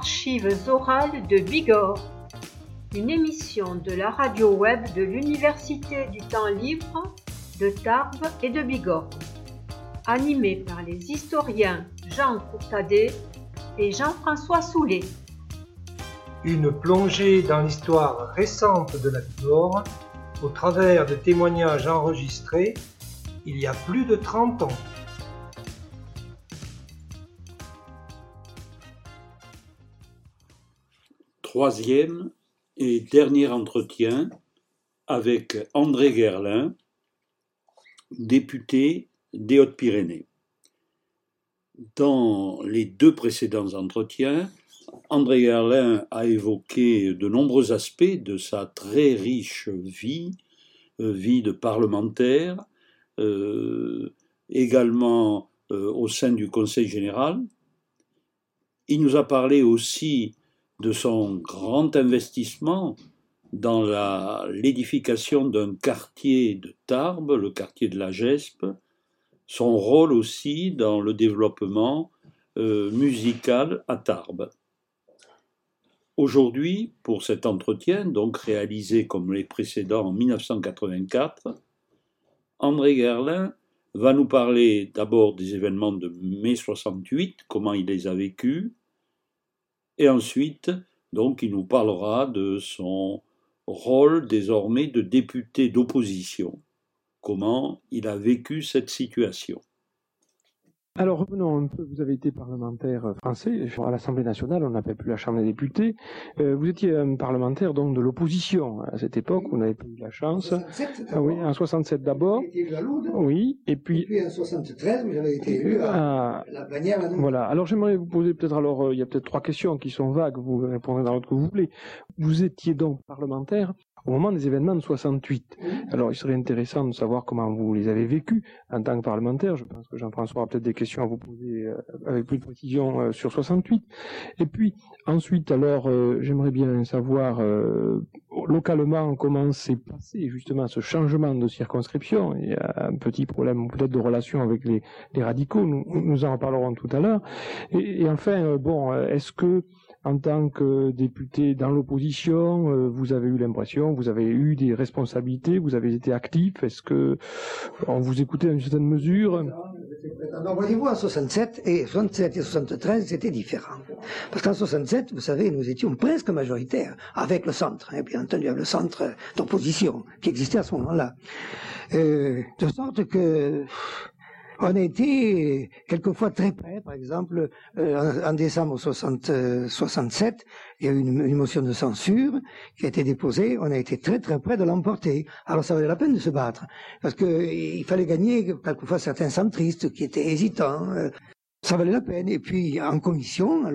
Archives orales de Bigorre, une émission de la radio web de l'Université du Temps Libre de Tarbes et de Bigorre, animée par les historiens Jean Courtadet et Jean-François Soulet. Une plongée dans l'histoire récente de la Bigorre au travers de témoignages enregistrés il y a plus de 30 ans. Troisième et dernier entretien avec André Guerlin, député des Hautes-Pyrénées. Dans les deux précédents entretiens, André Guerlin a évoqué de nombreux aspects de sa très riche vie de parlementaire, également au sein du Conseil général. Il nous a parlé aussi de son grand investissement dans l'édification d'un quartier de Tarbes, le quartier de la Gespe, son rôle aussi dans le développement musical à Tarbes. Aujourd'hui, pour cet entretien, donc réalisé comme les précédents en 1984, André Guerlin va nous parler d'abord des événements de mai 68, comment il les a vécus, et ensuite, donc, il nous parlera de son rôle désormais de député d'opposition, comment il a vécu cette situation. Alors revenons un peu, vous avez été parlementaire français, à l'Assemblée nationale, on n'appelle plus la Chambre des députés. Vous étiez un parlementaire donc de l'opposition à cette époque, vous n'avez pas eu la chance. 67, oui, en 67 d'abord. J'ai été élu à Lourdes. Oui, et puis en 73, j'avais été élu à la Bagnères. Voilà, alors j'aimerais vous poser peut-être, alors il y a peut-être 3 questions qui sont vagues, vous répondrez dans l'ordre que vous voulez. Vous étiez donc parlementaire au moment des événements de 68. Alors, il serait intéressant de savoir comment vous les avez vécus en tant que parlementaire. Je pense que Jean-François aura peut-être des questions à vous poser avec plus de précision sur 68. Et puis, ensuite, alors, j'aimerais bien savoir localement comment s'est passé justement ce changement de circonscription. Il y a un petit problème peut-être de relation avec les radicaux. Nous en reparlerons tout à l'heure. Et enfin, est-ce que en tant que député dans l'opposition, vous avez eu l'impression, vous avez eu des responsabilités, vous avez été actif, est-ce que on vous écoutait à une certaine mesure? Alors, voyez-vous, en 67 et 73, c'était différent. Parce qu'en 67, vous savez, nous étions presque majoritaires, avec le centre, bien entendu, avec le centre d'opposition qui existait à ce moment-là. De sorte que on a été quelquefois très près, par exemple, en décembre 67, il y a eu une motion de censure qui a été déposée, on a été très très près de l'emporter. Alors ça valait la peine de se battre, parce qu'il fallait gagner quelquefois certains centristes qui étaient hésitants. Ça valait la peine. Et puis en commission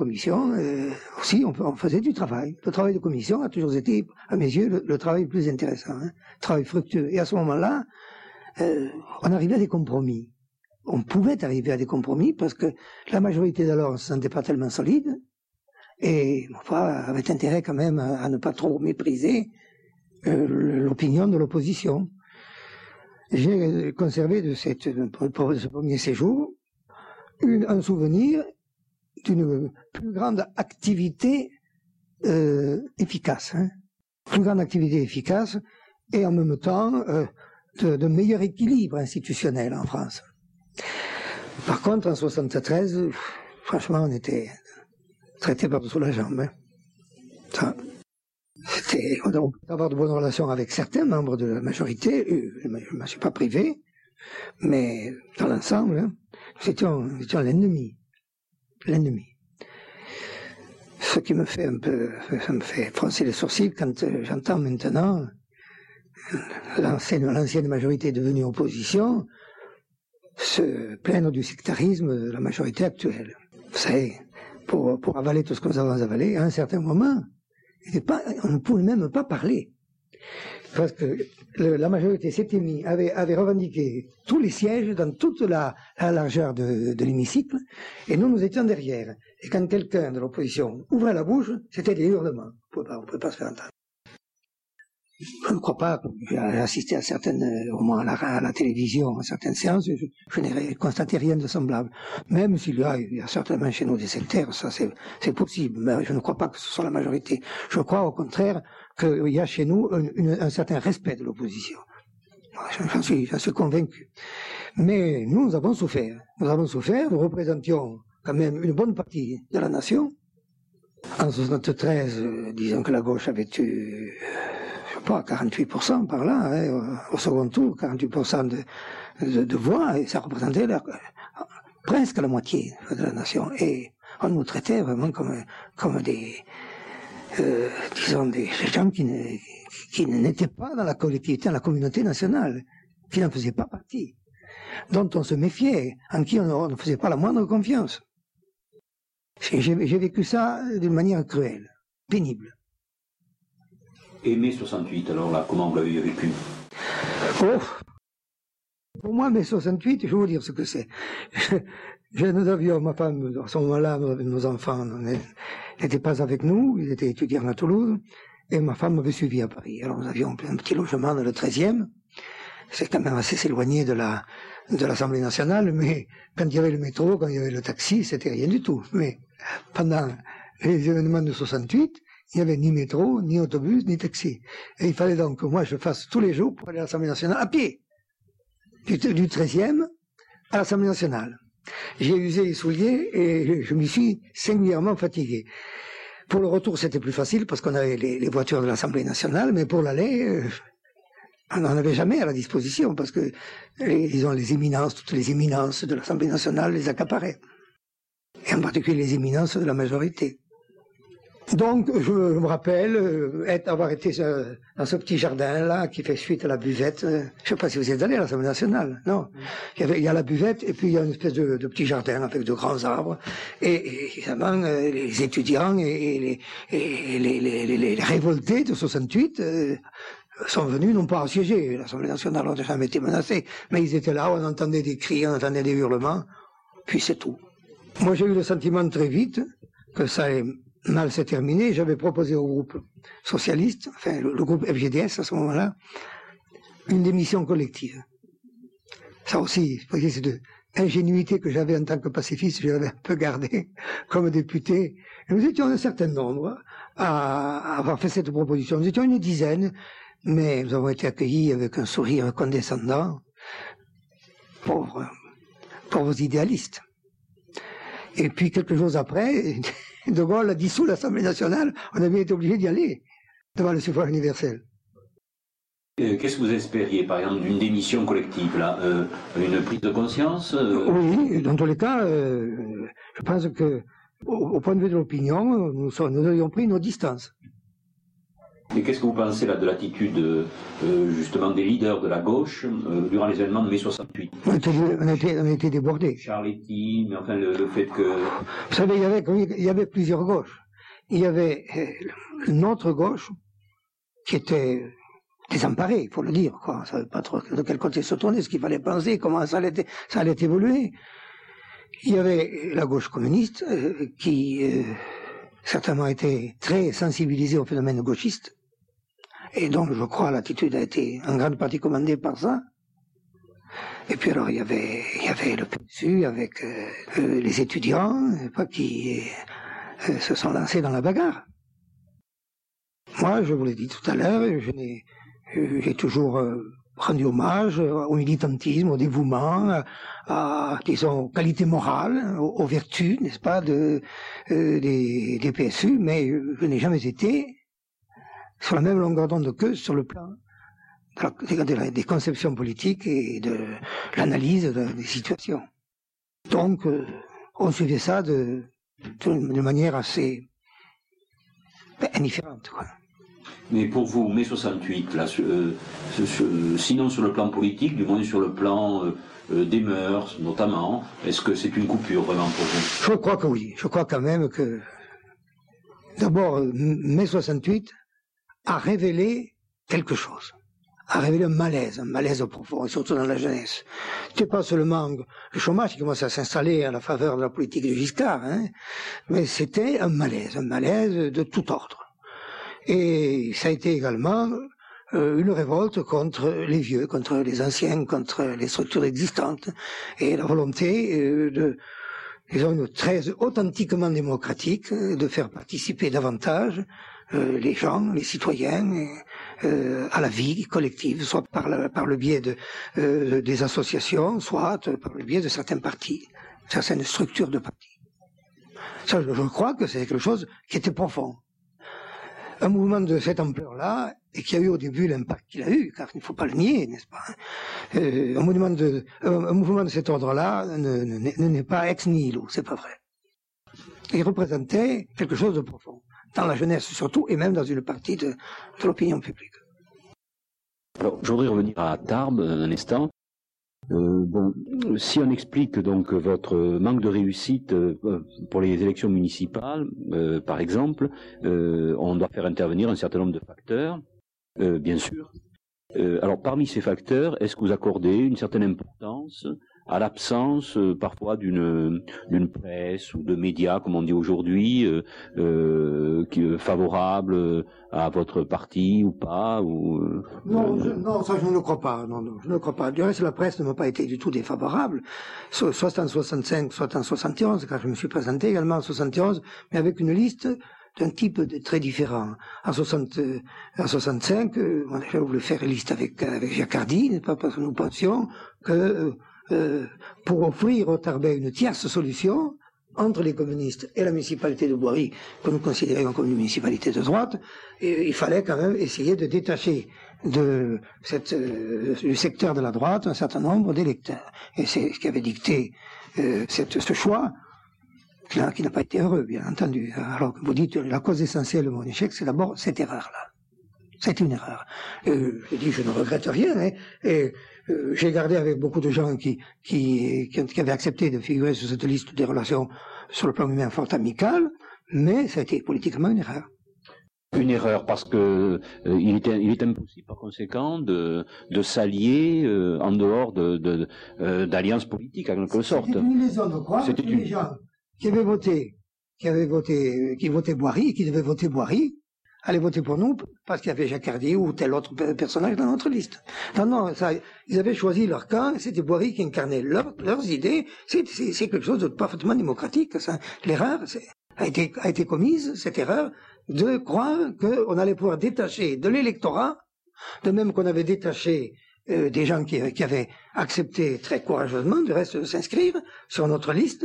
aussi, on faisait du travail. Le travail de commission a toujours été, à mes yeux, le travail le plus intéressant, travail fructueux. Et à ce moment-là, on arrivait à des compromis. On pouvait arriver à des compromis parce que la majorité d'alors ne se sentait pas tellement solide et avait intérêt quand même à ne pas trop mépriser l'opinion de l'opposition. J'ai conservé de ce premier séjour un souvenir d'une plus grande activité efficace. Plus grande activité efficace et en même temps de meilleur équilibre institutionnel en France. Par contre, en 73, franchement, on était traités par-dessous la jambe. On peut avoir de bonnes relations avec certains membres de la majorité, je ne m'en suis pas privé, mais dans l'ensemble, nous étions l'ennemi. L'ennemi. Ce qui me fait ça me fait froncer les sourcils quand j'entends maintenant l'ancienne majorité devenue opposition se plaindre du sectarisme de la majorité actuelle. Vous savez, pour avaler tout ce que nous avons avalé, à un certain moment, on ne pouvait même pas parler. Parce que la majorité s'était avait revendiqué tous les sièges dans toute la largeur de l'hémicycle, et nous étions derrière. Et quand quelqu'un de l'opposition ouvrait la bouche, c'était des hurlements. On ne pouvait pas se faire entendre. Je ne crois pas. J'ai assisté à certaines, au moins à la télévision, à certaines séances, je n'ai constaté rien de semblable. Même s'il y a certainement chez nous des sectaires, ça c'est possible, mais je ne crois pas que ce soit la majorité. Je crois au contraire qu'il y a chez nous un certain respect de l'opposition. J'en suis convaincu. Mais nous avons souffert. Nous représentions quand même une bonne partie de la nation. En 1973, disons que la gauche avait eu, je sais pas, 48% par là, hein, au second tour, 48% de voix, et ça représentait presque la moitié de la nation. Et on nous traitait vraiment comme des gens qui n'étaient pas dans la collectivité, dans la communauté nationale, qui n'en faisaient pas partie, dont on se méfiait, en qui on ne faisait pas la moindre confiance. J'ai vécu ça d'une manière cruelle, pénible. Et mai 68, alors là, comment vous l'avez vécu? Oh, pour moi, mai 68, je vais vous dire ce que c'est. Nous avions, ma femme, à ce moment-là, nos enfants n'étaient pas avec nous, ils étaient étudiants à Toulouse, et ma femme m'avait suivi à Paris. Alors nous avions un petit logement dans le 13e, c'est quand même assez éloigné de l'Assemblée nationale, mais quand il y avait le métro, quand il y avait le taxi, c'était rien du tout. Mais pendant les événements de 68, il n'y avait ni métro, ni autobus, ni taxi. Et il fallait donc que moi je fasse tous les jours pour aller à l'Assemblée nationale à pied, du 13e à l'Assemblée nationale. J'ai usé les souliers et je m'y suis singulièrement fatigué. Pour le retour, c'était plus facile parce qu'on avait les voitures de l'Assemblée nationale, mais pour l'aller, on n'en avait jamais à la disposition parce que, disons, toutes les éminences de l'Assemblée nationale les accaparaient. Et en particulier les éminences de la majorité. Donc, je me rappelle avoir été dans ce petit jardin-là qui fait suite à la buvette. Je ne sais pas si vous êtes allé à l'Assemblée nationale, non. Il y a la buvette et puis il y a une espèce de petit jardin avec de grands arbres. Et évidemment, les étudiants et les révoltés de 68 sont venus non pas assiéger l'Assemblée nationale, on n'a jamais été menacés, mais ils étaient là, on entendait des cris, on entendait des hurlements, puis c'est tout. Moi j'ai eu le sentiment très vite que ça allait mal s'est terminé. J'avais proposé au groupe socialiste, enfin le groupe FGDS à ce moment-là, une démission collective. Ça aussi, vous voyez, c'est de ingénuité que j'avais en tant que pacifiste, je l'avais un peu gardé comme député. Et nous étions un certain nombre à avoir fait cette proposition. Nous étions une dizaine, mais nous avons été accueillis avec un sourire condescendant. Pauvres idéalistes. Et puis quelques jours après, De Gaulle a dissous l'Assemblée nationale, on avait été obligé d'y aller, devant le suffrage universel. Qu'est-ce que vous espériez, par exemple, d'une démission collective, là, une prise de conscience Oui, dans tous les cas, je pense que, au point de vue de l'opinion, nous avions pris nos distances. Et qu'est-ce que vous pensez là de l'attitude justement des leaders de la gauche durant les événements de mai 68? On était débordés. Charletti, mais enfin le fait que... Vous savez, il y avait plusieurs gauches. Il y avait notre gauche qui était désemparée, il faut le dire, quoi. On ne savait pas trop de quel côté se tourner, ce qu'il fallait penser, comment ça allait évoluer. Il y avait la gauche communiste qui certainement était très sensibilisée au phénomène gauchiste. Et donc, je crois, l'attitude a été en grande partie commandée par ça. Et puis alors, il y avait le PSU avec les étudiants qui se sont lancés dans la bagarre. Moi, je vous l'ai dit tout à l'heure, j'ai toujours rendu hommage au militantisme, au dévouement, disons, aux qualités morales, aux vertus, n'est-ce pas, des PSU, mais je n'ai jamais été sur la même longueur d'onde qu'eux sur le plan des conceptions politiques et de l'analyse des situations. Donc, on suivait ça de manière assez indifférente, quoi. Mais pour vous, mai 68, là, sinon sur le plan politique, du moins sur le plan des mœurs notamment, est-ce que c'est une coupure vraiment pour vous? Je crois que oui. Je crois quand même que, d'abord, mai 68 a révélé quelque chose. A révélé un malaise profond, surtout dans la jeunesse. C'était pas seulement le chômage qui commençait à s'installer à la faveur de la politique de Giscard, hein, mais c'était un malaise de tout ordre. Et ça a été également une révolte contre les vieux, contre les anciens, contre les structures existantes, et la volonté disons, très authentiquement démocratique, de faire participer davantage les gens, les citoyens, à la vie collective, soit par le biais des associations, soit par le biais de certains partis, certaines structures de partis. Ça, je crois que c'est quelque chose qui était profond. Un mouvement de cette ampleur-là, et qui a eu au début l'impact qu'il a eu, car il ne faut pas le nier, n'est-ce pas? Un mouvement de cet ordre-là n'est pas ex nihilo, c'est pas vrai. Il représentait quelque chose de profond, dans la jeunesse surtout, et même dans une partie de l'opinion publique. Alors, je voudrais revenir à Tarbes un instant. Si on explique donc votre manque de réussite pour les élections municipales, par exemple, on doit faire intervenir un certain nombre de facteurs, bien sûr. Alors, parmi ces facteurs, est-ce que vous accordez une certaine importance à l'absence parfois d'une presse ou de médias, comme on dit aujourd'hui, favorable à votre parti ou pas Non, ça je ne le crois pas. Non, je ne le crois pas. Du reste, la presse ne m'a pas été du tout défavorable, soit en 65, soit en 71, car je me suis présenté également en 71, mais avec une liste d'un type très différent. En 65, on a voulu faire une liste avec Jacques Hardy, n'est-ce pas, parce que nous pensions que pour offrir aux Tarbais une tierce solution entre les communistes et la municipalité de Boiry, que nous considérions comme une municipalité de droite, il fallait quand même essayer de détacher du secteur de la droite un certain nombre d'électeurs. Et c'est ce qui avait dicté ce choix, qui n'a pas été heureux, bien entendu. Alors que vous dites, la cause essentielle de mon échec, c'est d'abord cette erreur-là. C'est une erreur. Je dis, je ne regrette rien, hein, et j'ai gardé avec beaucoup de gens qui avaient accepté de figurer sur cette liste des relations sur le plan humain fort amical, mais ça a été politiquement une erreur. Une erreur parce que il est impossible par conséquent de s'allier en dehors d'alliances politiques en quelque sorte. C'était une illusion de croire que les gens qui votaient Boiry et qui devaient voter Boiry allaient voter pour nous parce qu'il y avait Jacques Hardy ou tel autre personnage dans notre liste. Non, ils avaient choisi leur camp, c'était Boiry qui incarnait leurs idées, c'est quelque chose de parfaitement démocratique. L'erreur a été commise, cette erreur, de croire qu'on allait pouvoir détacher de l'électorat, de même qu'on avait détaché des gens qui avaient accepté très courageusement du reste de s'inscrire sur notre liste,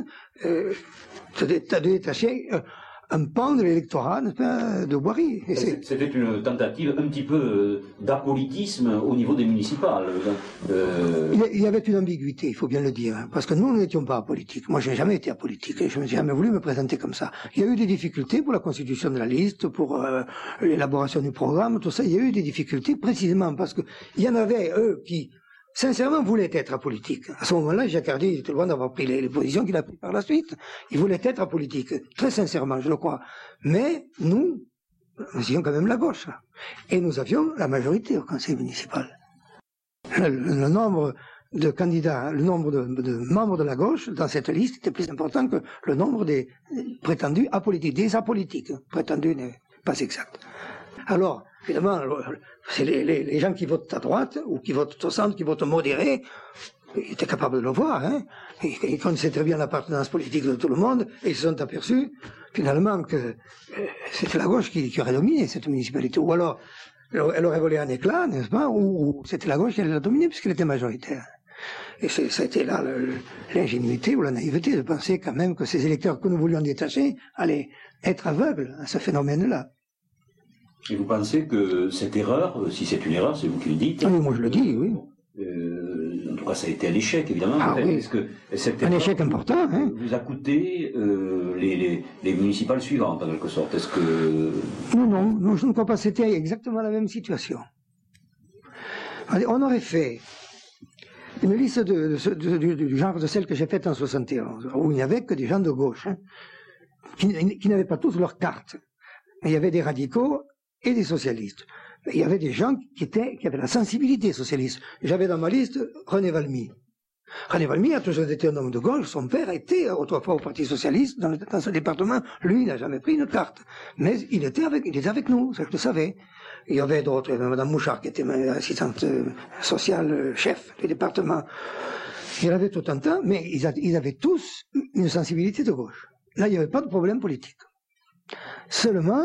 de détacher un pan de l'électorat de Boiry. C'était une tentative un petit peu d'apolitisme au niveau des municipales. Il y avait une ambiguïté, il faut bien le dire, hein, parce que nous n'étions pas apolitiques. Moi, je n'ai jamais été apolitique, et je n'ai jamais voulu me présenter comme ça. Il y a eu des difficultés pour la constitution de la liste, pour l'élaboration du programme, tout ça. Il y a eu des difficultés précisément parce que il y en avait, eux, qui sincèrement voulait être apolitique. À ce moment-là, Jacques Hardy était loin d'avoir pris les positions qu'il a prises par la suite. Il voulait être apolitique, très sincèrement, je le crois. Mais nous étions quand même la gauche. Et nous avions la majorité au conseil municipal. Le nombre de candidats, le nombre de membres de la gauche dans cette liste était plus important que le nombre des prétendus apolitiques. Des apolitiques, prétendus n'est pas exact. Alors, évidemment, c'est les gens qui votent à droite, ou qui votent au centre, qui votent modéré, ils étaient capables de le voir, hein. Ils connaissaient très bien l'appartenance politique de tout le monde, et ils se sont aperçus, finalement, que c'était la gauche qui aurait dominé cette municipalité. Ou alors, elle aurait volé un éclat, n'est-ce pas, ou c'était la gauche qui allait la dominer, puisqu'elle était majoritaire. Et c'était là l'ingénuité ou la naïveté de penser quand même que ces électeurs que nous voulions détacher allaient être aveugles à ce phénomène-là. Et vous pensez que cette erreur, si c'est une erreur, c'est vous qui le dites? Oui, moi je le dis, oui. En tout cas, ça a été un échec, évidemment. Ah, oui. Est-ce que cette un échec important, hein. Vous a coûté les municipales suivantes, en quelque sorte. Est-ce que... Non, je ne crois pas. C'était exactement la même situation. On aurait fait une liste du genre de celle que j'ai faite en 71, où il n'y avait que des gens de gauche, hein, qui n'avaient pas tous leurs cartes. Mais il y avait des radicaux et des socialistes. Il y avait des gens qui avaient la sensibilité socialiste. J'avais dans ma liste René Valmy. René Valmy a toujours été un homme de gauche, son père était autrefois au Parti Socialiste dans ce département, lui il n'a jamais pris une carte, mais il était avec nous, ça je le savais. Il y avait d'autres, il y avait Mme Mouchard qui était assistante sociale, chef du département. Il y en avait tout un tas, mais ils avaient tous une sensibilité de gauche. Là, il n'y avait pas de problème politique. Seulement,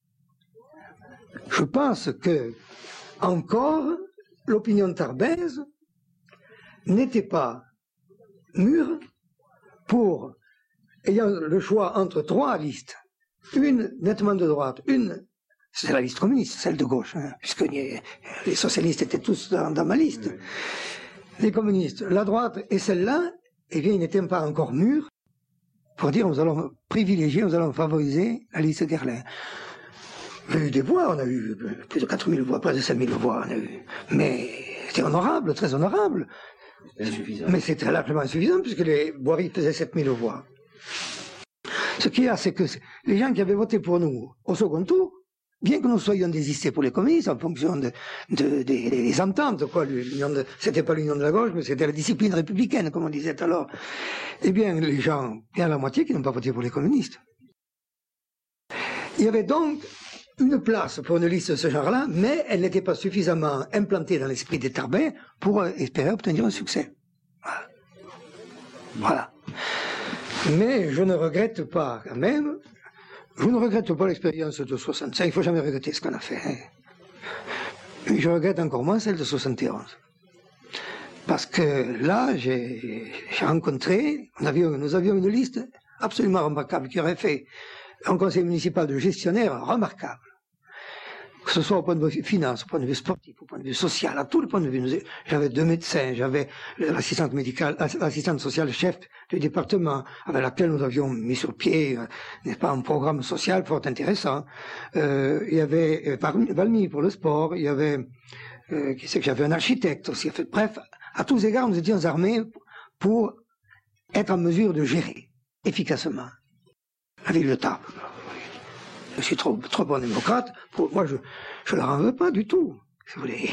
je pense que, encore, l'opinion tarbaise n'était pas mûre pour, ayant le choix entre 3 listes, une nettement de droite, une, c'est la liste communiste, celle de gauche, hein, puisque les socialistes étaient tous dans ma liste. Les communistes, la droite et celle-là, eh bien, ils n'étaient pas encore mûrs pour dire nous allons privilégier, nous allons favoriser la liste Guerlain. On a eu des voix, on a eu plus de 4000 voix, près de 5000 voix, on a eu. Mais c'était honorable, très honorable. Mais c'était largement insuffisant puisque les Boiry faisaient 7000 voix. Ce qu'il y a, c'est que les gens qui avaient voté pour nous au second tour, bien que nous soyons désistés pour les communistes en fonction des ententes, quoi, c'était pas l'union de la gauche, mais c'était la discipline républicaine, comme on disait alors. Eh bien, les gens, bien la moitié qui n'ont pas voté pour les communistes. Il y avait donc une place pour une liste de ce genre-là, mais elle n'était pas suffisamment implantée dans l'esprit des Tarbins pour espérer obtenir un succès. Voilà. Mais je ne regrette pas, quand même, je ne regrette pas l'expérience de 65, il ne faut jamais regretter ce qu'on a fait. Hein. Mais je regrette encore moins celle de 71. Parce que là, j'ai rencontré, nous avions une liste absolument remarquable qui aurait fait un conseil municipal de gestionnaire remarquable. Que ce soit au point de vue finance, au point de vue sportif, au point de vue social, à tout le point de vue. J'avais 2 médecins, j'avais l'assistante médicale, l'assistante sociale chef du département, avec laquelle nous avions mis sur pied, n'est-ce pas, un programme social fort intéressant. Il y avait Valmy pour le sport, il y avait, qui c'est que j'avais un architecte aussi. Bref, à tous égards, nous étions armés pour être en mesure de gérer efficacement la ville de Tarbes. Je suis trop bon démocrate. Moi, je ne leur en veux pas du tout. Si vous voulez.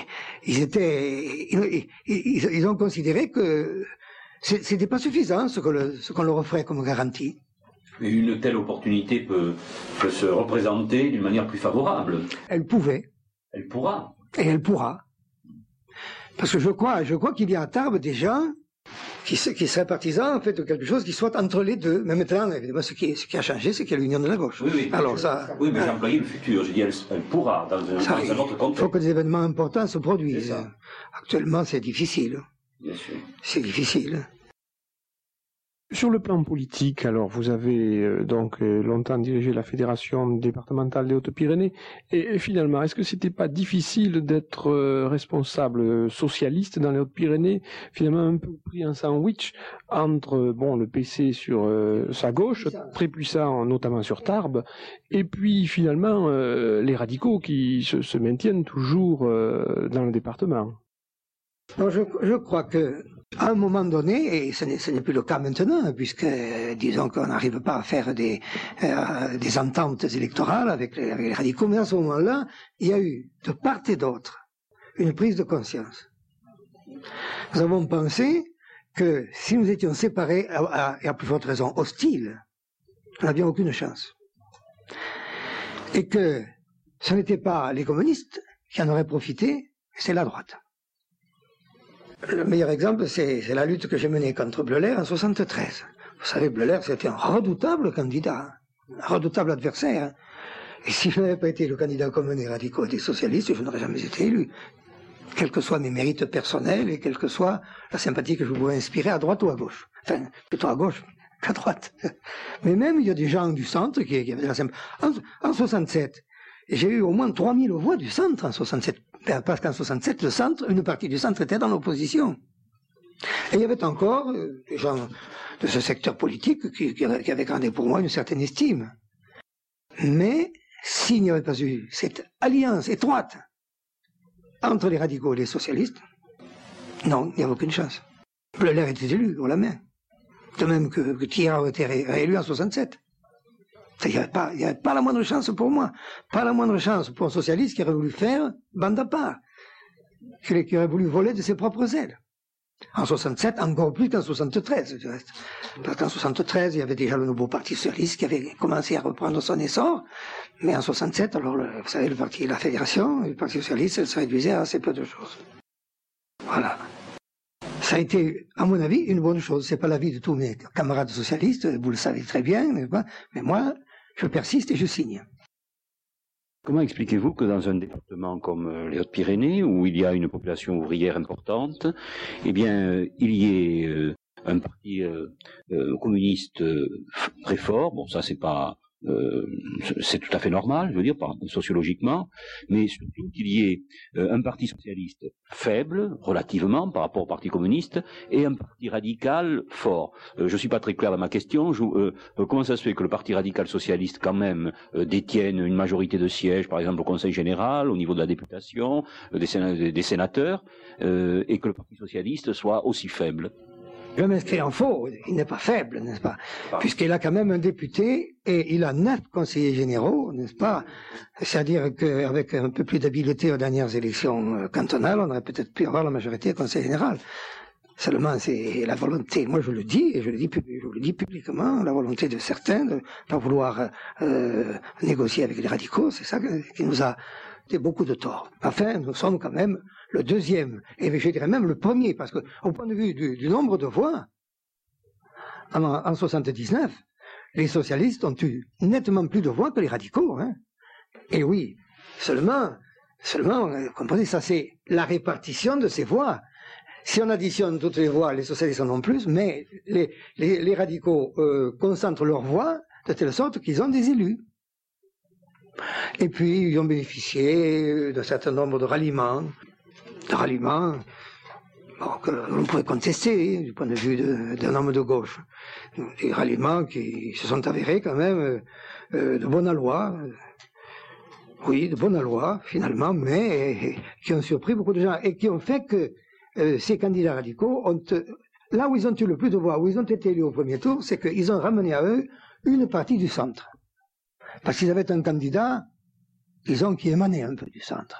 Ils ont considéré que c'était pas suffisant ce qu'on leur offrait comme garantie. Mais une telle opportunité peut se représenter d'une manière plus favorable. Elle pouvait. Elle pourra. Et elle pourra. Parce que je crois qu'il y a à Tarbes des gens qui seraient partisans en fait de quelque chose qui soit entre les deux. Mais maintenant, évidemment, ce qui a changé, c'est qu'il y a l'union de la gauche. Oui, alors oui, mais j'ai employé le futur. J'ai dit elle pourra dans un autre contexte. Il faut que des événements importants se produisent. Actuellement, c'est difficile. Bien sûr. C'est difficile. Sur le plan politique, alors vous avez donc longtemps dirigé la fédération départementale des Hautes-Pyrénées et finalement, est-ce que c'était pas difficile d'être responsable socialiste dans les Hautes-Pyrénées, finalement un peu pris en sandwich entre le PC sur sa gauche, très puissant notamment sur Tarbes, et puis finalement les radicaux qui se maintiennent toujours dans le département? Alors je crois que à un moment donné, et ce n'est plus le cas maintenant, puisque disons qu'on n'arrive pas à faire des ententes électorales avec les radicaux, mais à ce moment-là, il y a eu de part et d'autre une prise de conscience. Nous avons pensé que si nous étions séparés, et à plus forte raison hostiles, nous n'avions aucune chance. Et que ce n'était pas les communistes qui en auraient profité, c'est la droite. Le meilleur exemple, c'est la lutte que j'ai menée contre Bleuler en 1973. Vous savez, Bleuler, c'était un redoutable candidat, un redoutable adversaire. Et si je n'avais pas été le candidat commun des radicaux et des socialistes, je n'aurais jamais été élu. Quels que soient mes mérites personnels et quelle que soit la sympathie que je pouvais inspirer à droite ou à gauche. Enfin, plutôt à gauche qu'à droite. Mais même, il y a des gens du centre qui avaient de la sympathie. En 67, j'ai eu au moins 3000 voix du centre en 67. Parce qu'en 67, le centre, une partie du centre était dans l'opposition. Et il y avait encore des gens de ce secteur politique qui avaient gardé pour moi une certaine estime. Mais s'il n'y avait pas eu cette alliance étroite entre les radicaux et les socialistes, non, il n'y avait aucune chance. Bleuler était élu haut la main. De même que Thiers a été réélu en 67. Il n'y avait pas la moindre chance pour moi. Pas la moindre chance pour un socialiste qui aurait voulu faire bande à part. Qui aurait voulu voler de ses propres ailes. En 67, encore plus qu'en 73, du reste. Parce qu'en 73, il y avait déjà le nouveau Parti socialiste qui avait commencé à reprendre son essor. Mais en 67, alors, vous savez, la fédération, le Parti socialiste, elle se réduisait à assez peu de choses. Voilà. Ça a été, à mon avis, une bonne chose. C'est pas l'avis de tous mes camarades socialistes, vous le savez très bien, n'est-ce pas? Mais moi, je persiste et je signe. Comment expliquez-vous que dans un département comme les Hautes-Pyrénées, où il y a une population ouvrière importante, eh bien, il y ait un parti communiste très fort? Bon, ça, c'est tout à fait normal, je veux dire, sociologiquement, mais surtout qu'il y ait un parti socialiste faible, relativement, par rapport au parti communiste, et un parti radical fort. Je ne suis pas très clair dans ma question. Comment ça se fait que le parti radical socialiste, quand même, détienne une majorité de sièges, par exemple au Conseil général, au niveau de la députation, des sénateurs, et que le parti socialiste soit aussi faible? Je m'inscris en faux, il n'est pas faible, n'est-ce pas? Puisqu'il a quand même un député et il a 9 conseillers généraux, n'est-ce pas? C'est-à-dire qu'avec un peu plus d'habileté aux dernières élections cantonales, on aurait peut-être pu avoir la majorité au Conseil général. Seulement, c'est la volonté, moi je le dis, et je le dis publiquement, la volonté de certains de pas vouloir négocier avec les radicaux, c'est ça qui nous a fait beaucoup de tort. Enfin, nous sommes quand même le deuxième, et je dirais même le premier, parce que au point de vue du nombre de voix, en 79, les socialistes ont eu nettement plus de voix que les radicaux. Hein. Et oui, seulement, comprenez, ça c'est la répartition de ces voix. Si on additionne toutes les voix, les socialistes en ont plus, mais les radicaux concentrent leurs voix de telle sorte qu'ils ont des élus. Et puis, ils ont bénéficié d'un certain nombre de ralliements bon, que l'on pourrait contester du point de vue d'un homme de gauche. Des ralliements qui se sont avérés quand même de bonne loi. Oui, de bonne loi, finalement, mais qui ont surpris beaucoup de gens et qui ont fait que ces candidats radicaux là où ils ont eu le plus de voix, où ils ont été élus au premier tour, c'est qu'ils ont ramené à eux une partie du centre. Parce qu'ils avaient un candidat, disons, qui émanait un peu du centre,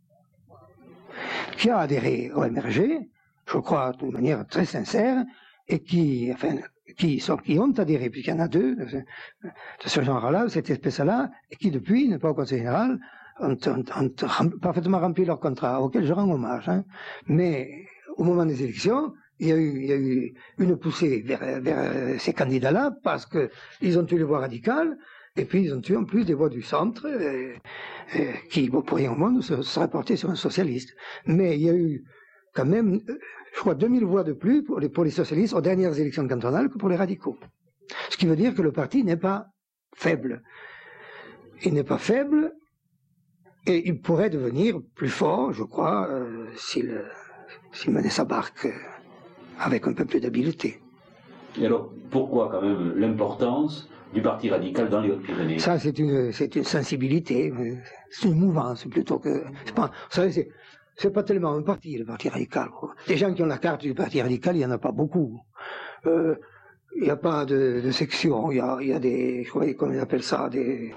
qui a adhéré au MRG, je crois, d'une manière très sincère, et qui ont adhéré, puisqu'il y en a 2 de ce genre-là, de cette espèce-là, et qui depuis, n'est pas au Conseil général, ont parfaitement rempli leur contrat, auquel je rends hommage. Hein. Mais au moment des élections, il y a eu une poussée vers ces candidats-là, parce qu'ils ont eu les voix radicales, et puis ils ont eu en plus des voix du centre, qui, pour rien au monde, seraient portées sur un socialiste. Mais il y a eu quand même, je crois, 2000 voix de plus pour les socialistes aux dernières élections cantonales que pour les radicaux. Ce qui veut dire que le parti n'est pas faible. Il n'est pas faible, et il pourrait devenir plus fort, je crois, s'il menait sa barque avec un peu plus d'habileté. Et alors, pourquoi quand même l'importance du Parti radical dans les Hautes-Pyrénées? Ça, c'est une sensibilité, c'est une mouvance plutôt que... Vous savez, c'est pas tellement un parti, le Parti radical. Les gens qui ont la carte du Parti radical, il n'y en a pas beaucoup. Il n'y a pas de section, il y a des... Comment ils appellent ça? Il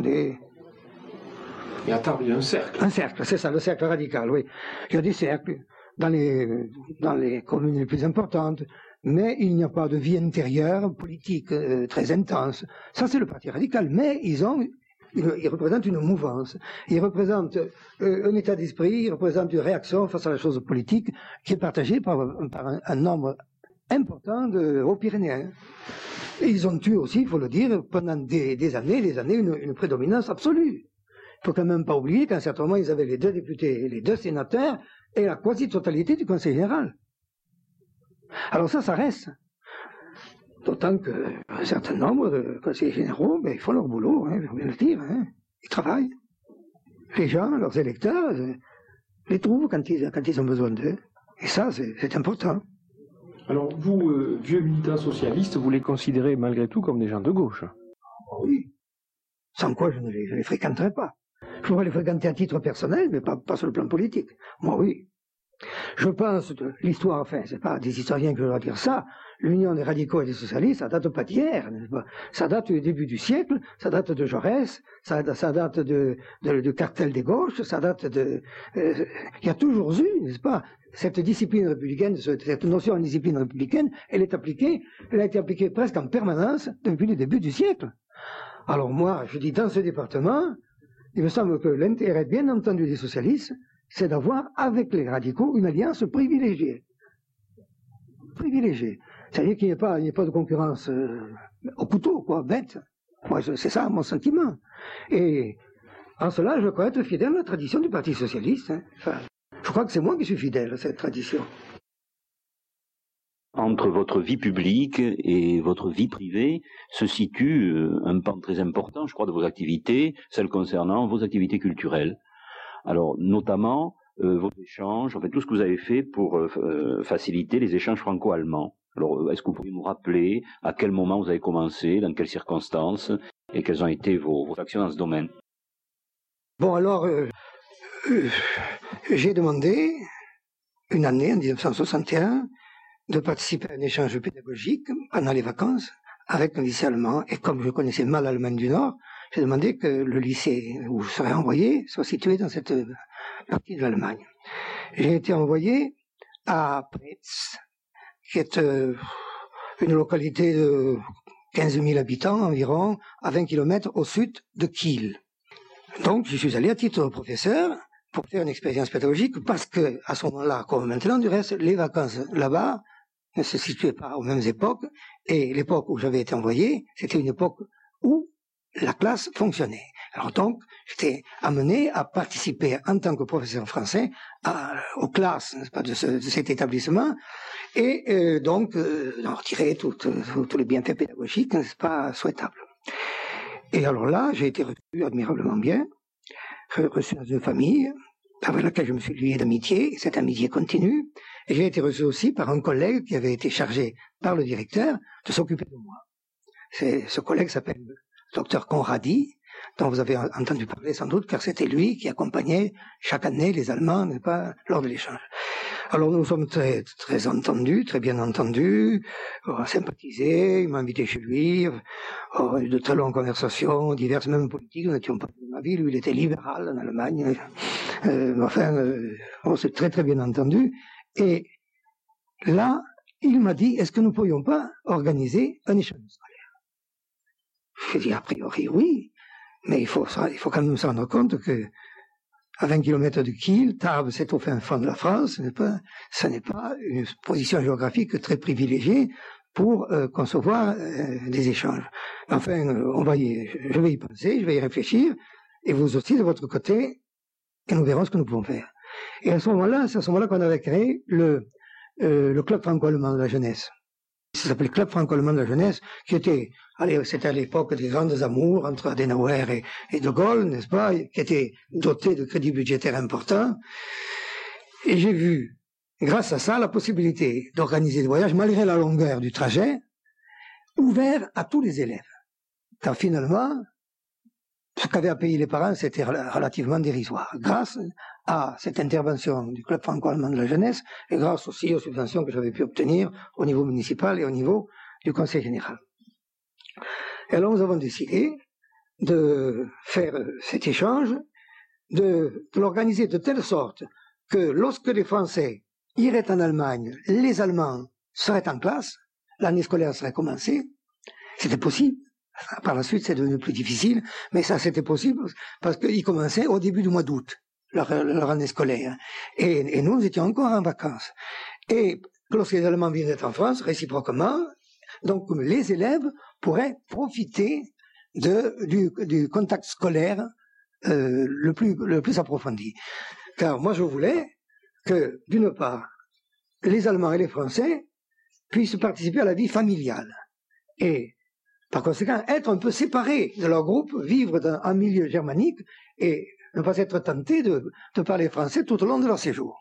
y a un cercle. Un cercle, c'est ça, le cercle radical, oui. Il y a des cercles dans les communes les plus importantes, mais il n'y a pas de vie intérieure politique très intense. Ça, c'est le Parti radical, mais ils représentent une mouvance. Ils représentent un état d'esprit, ils représentent une réaction face à la chose politique qui est partagée par un nombre important de Haut-Pyrénéens. Et ils ont eu aussi, il faut le dire, pendant des années, une prédominance absolue. Il ne faut quand même pas oublier qu'à un certain moment, ils avaient les 2 députés et les 2 sénateurs et la quasi-totalité du Conseil général. Alors ça reste. D'autant qu'un certain nombre de conseillers généraux, ils font leur boulot, il faut bien le dire. Hein. Ils travaillent. Les gens, leurs électeurs, les trouvent quand ils ont besoin d'eux. Et ça, c'est important. Alors vous, vieux militants socialistes, vous les considérez malgré tout comme des gens de gauche? Oui. Sans quoi je ne les fréquenterais pas. Je pourrais les fréquenter à titre personnel, mais pas sur le plan politique. Moi, oui. Je pense que l'histoire, enfin, c'est pas des historiens que je dois dire ça, l'union des radicaux et des socialistes, ça date pas d'hier, n'est-ce pas? Ça date du début du siècle, ça date de Jaurès, ça date du cartel des gauches, ça date de... Il y a toujours eu, n'est-ce pas, cette discipline républicaine, cette notion de discipline républicaine, elle a été appliquée presque en permanence depuis le début du siècle. Alors moi, je dis, dans ce département, il me semble que l'intérêt, bien entendu, des socialistes, c'est d'avoir, avec les radicaux, une alliance privilégiée. Privilégiée. C'est-à-dire qu'il n'y ait pas de concurrence au couteau, quoi, bête. Moi, c'est ça mon sentiment. Et en cela, je crois être fidèle à la tradition du Parti socialiste. Hein. Enfin, je crois que c'est moi qui suis fidèle à cette tradition. Entre votre vie publique et votre vie privée se situe un pan très important, je crois, de vos activités, celles concernant vos activités culturelles. Alors, notamment, vos échanges, en fait, tout ce que vous avez fait pour faciliter les échanges franco-allemands. Alors, est-ce que vous pourriez nous rappeler à quel moment vous avez commencé, dans quelles circonstances, et quelles ont été vos actions dans ce domaine? Bon, alors, j'ai demandé, une année, en 1961, de participer à un échange pédagogique pendant les vacances avec un lycée allemand. Et comme je connaissais mal l'Allemagne du Nord, j'ai demandé que le lycée où je serais envoyé soit situé dans cette partie de l'Allemagne. J'ai été envoyé à Pretz, qui est une localité de 15 000 habitants environ, à 20 km au sud de Kiel. Donc, je suis allé à titre de professeur pour faire une expérience pédagogique, parce que, à ce moment-là, comme maintenant, du reste, les vacances là-bas ne se situaient pas aux mêmes époques, et l'époque où j'avais été envoyé, c'était une époque où la classe fonctionnait. Alors donc, j'étais amené à participer en tant que professeur français aux classes, n'est-ce pas, de cet établissement, et donc en retirer tous les bienfaits pédagogiques, n'est-ce pas, souhaitables. Et alors là, j'ai été reçu admirablement bien, reçu dans une famille avec laquelle je me suis lié d'amitié, cette amitié continue, et j'ai été reçu aussi par un collègue qui avait été chargé par le directeur de s'occuper de moi. Ce collègue s'appelle Dr Conradi, dont vous avez entendu parler sans doute, car c'était lui qui accompagnait chaque année les Allemands, n'est-ce pas, lors de l'échange. Alors nous sommes très, très entendus, très bien entendus, sympathisés, il m'a invité chez lui, eu de très longues conversations, diverses, même politiques, nous n'étions pas de ma vie, lui il était libéral en Allemagne, on s'est très très bien entendus, et là, il m'a dit, est-ce que nous ne pourrions pas organiser un échange scolaire? J'ai dit, a priori, oui, mais il faut quand même se rendre compte que à 20 km de Kiel, Tarbes, c'est au fin fond de la France, ce n'est pas une position géographique très privilégiée pour concevoir des échanges. Enfin, je vais y penser, je vais y réfléchir, et vous aussi de votre côté, et nous verrons ce que nous pouvons faire. Et à ce moment-là, c'est à ce moment-là qu'on avait créé le club franco-allemand de la jeunesse. Ça s'appelait Club franco-allemand de la jeunesse, qui était, c'était à l'époque des grandes amours entre Adenauer et De Gaulle, n'est-ce pas, qui était doté de crédits budgétaires importants. Et j'ai vu, grâce à ça, la possibilité d'organiser des voyages, malgré la longueur du trajet, ouvert à tous les élèves. Car finalement, ce qu'avaient à payer les parents, c'était relativement dérisoire. Grâce à cette intervention du Club franco-allemand de la jeunesse, et grâce aussi aux subventions que j'avais pu obtenir au niveau municipal et au niveau du Conseil général. Et alors nous avons décidé de faire cet échange, de l'organiser de telle sorte que lorsque les Français iraient en Allemagne, les Allemands seraient en classe, l'année scolaire serait commencée, c'était possible. Par la suite, c'est devenu plus difficile, mais ça, c'était possible parce qu'ils commençaient au début du mois d'août, leur année scolaire. Et nous étions encore en vacances. Et lorsque les Allemands venaient en France, réciproquement, donc les élèves pourraient profiter du contact scolaire le plus approfondi. Car moi, je voulais que, d'une part, les Allemands et les Français puissent participer à la vie familiale. Et par conséquent, être un peu séparés de leur groupe, vivre dans un milieu germanique et ne pas être tentés de parler français tout au long de leur séjour.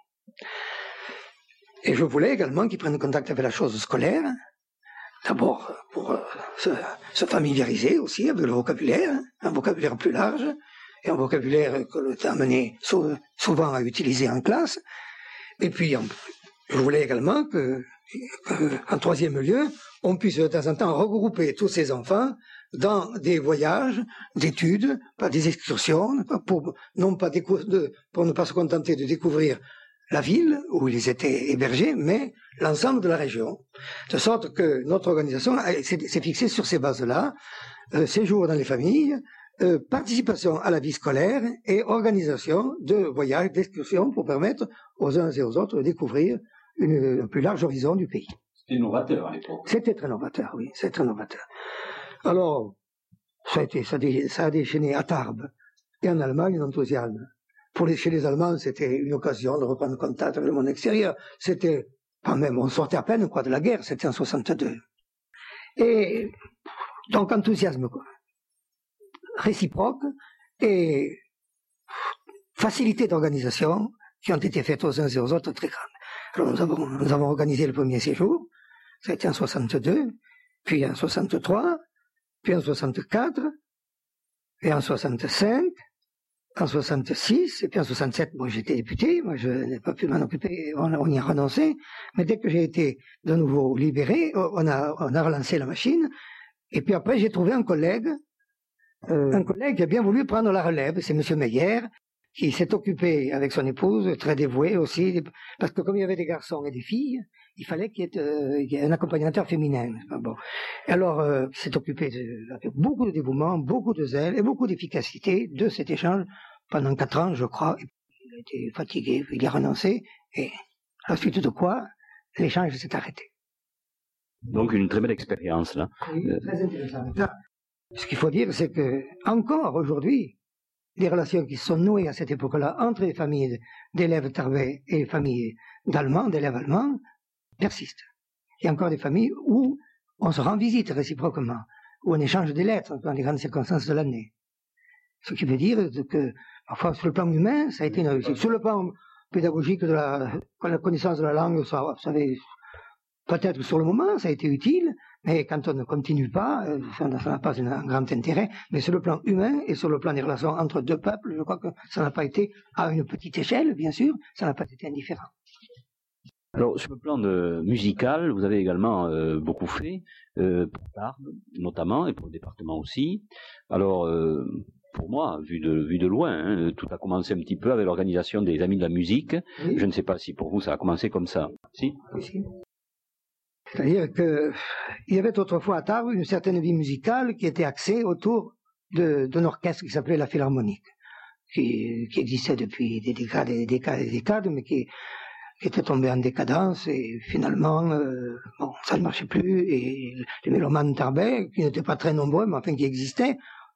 Et je voulais également qu'ils prennent contact avec la chose scolaire, d'abord pour se familiariser aussi avec le vocabulaire, un vocabulaire plus large, et un vocabulaire que l'on est amené souvent à utiliser en classe. Et puis, je voulais également en troisième lieu, on puisse de temps en temps regrouper tous ces enfants dans des voyages d'études, pas des excursions, pour ne pas se contenter de découvrir la ville où ils étaient hébergés, mais l'ensemble de la région. De sorte que notre organisation s'est fixée sur ces bases-là, séjour dans les familles, participation à la vie scolaire et organisation de voyages, d'excursions pour permettre aux uns et aux autres de découvrir un plus large horizon du pays. C'était novateur à l'époque. C'était très novateur, oui, c'est très novateur. Alors, ça a déchaîné à Tarbes et en Allemagne un enthousiasme. Chez les Allemands, c'était une occasion de reprendre contact avec le monde extérieur. C'était, quand même, on sortait à peine de la guerre, c'était en 62. Et donc enthousiasme réciproque et facilité d'organisation qui ont été faites aux uns et aux autres très grandes. Alors nous avons organisé le premier séjour, ça a été en 62, puis en 63, puis en 64, et en 65, en 66, et puis en 67, bon, j'étais député, moi je n'ai pas pu m'en occuper, on y a renoncé, mais dès que j'ai été de nouveau libéré, on a relancé la machine, et puis après j'ai trouvé un collègue qui a bien voulu prendre la relève, c'est M. Meyer, qui s'est occupé avec son épouse, très dévoué aussi, parce que comme il y avait des garçons et des filles, il fallait qu'il y ait un accompagnateur féminin. Bon. Alors, il s'est occupé avec beaucoup de dévouement, beaucoup de zèle et beaucoup d'efficacité de cet échange pendant 4 ans, je crois. Et il a été fatigué, il y a renoncé, et à la suite de quoi, l'échange s'est arrêté. Donc une très belle expérience, là. Oui, très intéressant. Ce qu'il faut dire, c'est que, encore aujourd'hui, les relations qui sont nouées à cette époque-là entre les familles d'élèves tarbais et les familles d'élèves allemands, persistent. Il y a encore des familles où on se rend visite réciproquement, où on échange des lettres dans les grandes circonstances de l'année. Ce qui veut dire que, parfois, sur le plan humain, ça a été une réussite. Sur le plan pédagogique de la connaissance de la langue, vous savez, peut-être sur le moment, ça a été utile, mais quand on ne continue pas, ça n'a pas un grand intérêt. Mais sur le plan humain et sur le plan des relations entre deux peuples, je crois que ça n'a pas été, à une petite échelle, bien sûr, ça n'a pas été indifférent. Alors, sur le plan musical, vous avez également beaucoup fait, pour Tarbes notamment, et pour le département aussi. Alors, pour moi, vu de loin, hein, tout a commencé un petit peu avec l'organisation des Amis de la musique. Oui. Je ne sais pas si pour vous ça a commencé comme ça. Si ? Oui, si. C'est-à-dire qu'il y avait autrefois à Tarbes une certaine vie musicale qui était axée autour d'un orchestre qui s'appelait la Philharmonique, qui existait depuis des décades et des décades et des décades, mais qui était tombé en décadence et finalement, bon, ça ne marchait plus et les mélomanes tarbais, qui n'étaient pas très nombreux, mais enfin qui existaient,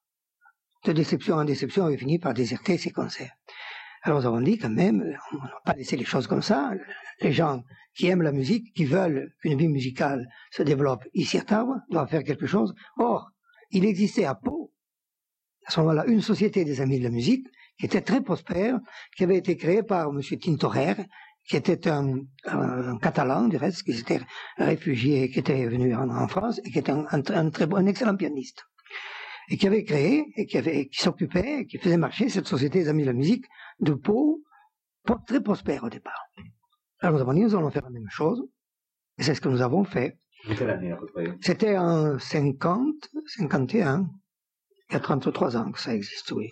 de déception en déception, avaient fini par déserter ces concerts. Alors nous avons dit quand même, on ne va pas laisser les choses comme ça. Les gens qui aiment la musique, qui veulent qu'une vie musicale se développe ici à Tarbes, doivent faire quelque chose. Or, il existait à Pau, à ce moment-là, une société des Amis de la musique qui était très prospère, qui avait été créée par M. Tintorer, qui était un Catalan, du reste, qui s'était réfugié, qui était venu en France, et qui était un excellent pianiste. Et qui avait créé, et qui s'occupait, qui faisait marcher cette société des Amis de la musique de Pau, très prospère au départ. Alors nous avons dit, nous allons faire la même chose, et c'est ce que nous avons fait. Quelle année à peu près ? C'était en 51, il y a 33 ans que ça existe, oui.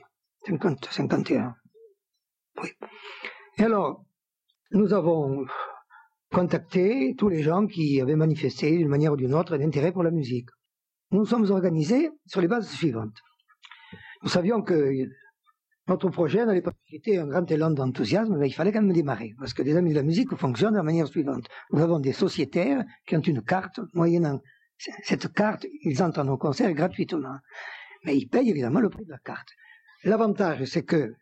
51. Oui. Et alors, nous avons contacté tous les gens qui avaient manifesté d'une manière ou d'une autre l'intérêt pour la musique. Nous nous sommes organisés sur les bases suivantes. Nous savions que notre projet n'allait pas susciter un grand élan d'enthousiasme, mais il fallait quand même démarrer, parce que les Amis de la musique fonctionnent de la manière suivante. Nous avons des sociétaires qui ont une carte, moyennant cette carte, ils entrent dans nos concerts gratuitement. Mais ils payent évidemment le prix de la carte. L'avantage, c'est que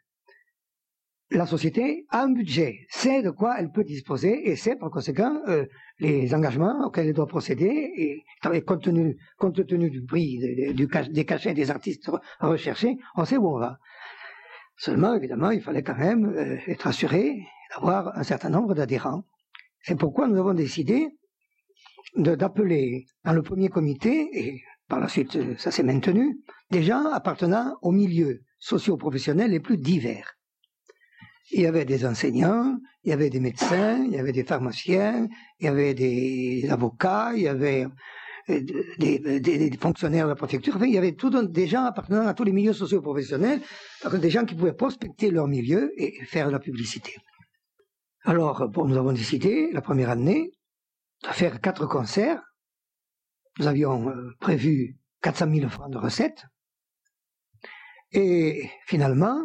la société a un budget, sait de quoi elle peut disposer et sait par conséquent les engagements auxquels elle doit procéder et compte tenu du prix des cachets des artistes recherchés, on sait où on va. Seulement, évidemment, il fallait quand même être assuré d'avoir un certain nombre d'adhérents. C'est pourquoi nous avons décidé d'appeler dans le premier comité, et par la suite ça s'est maintenu, des gens appartenant aux milieux socio-professionnels les plus divers. il y avait des enseignants, il y avait des médecins, il y avait des pharmaciens, il y avait des avocats, il y avait des fonctionnaires de la préfecture, enfin, il y avait des gens appartenant à tous les milieux socio-professionnels, des gens qui pouvaient prospecter leur milieu et faire de la publicité. Alors, bon, nous avons décidé, la première année, de faire 4 concerts. Nous avions prévu 400 000 francs de recettes. Et finalement,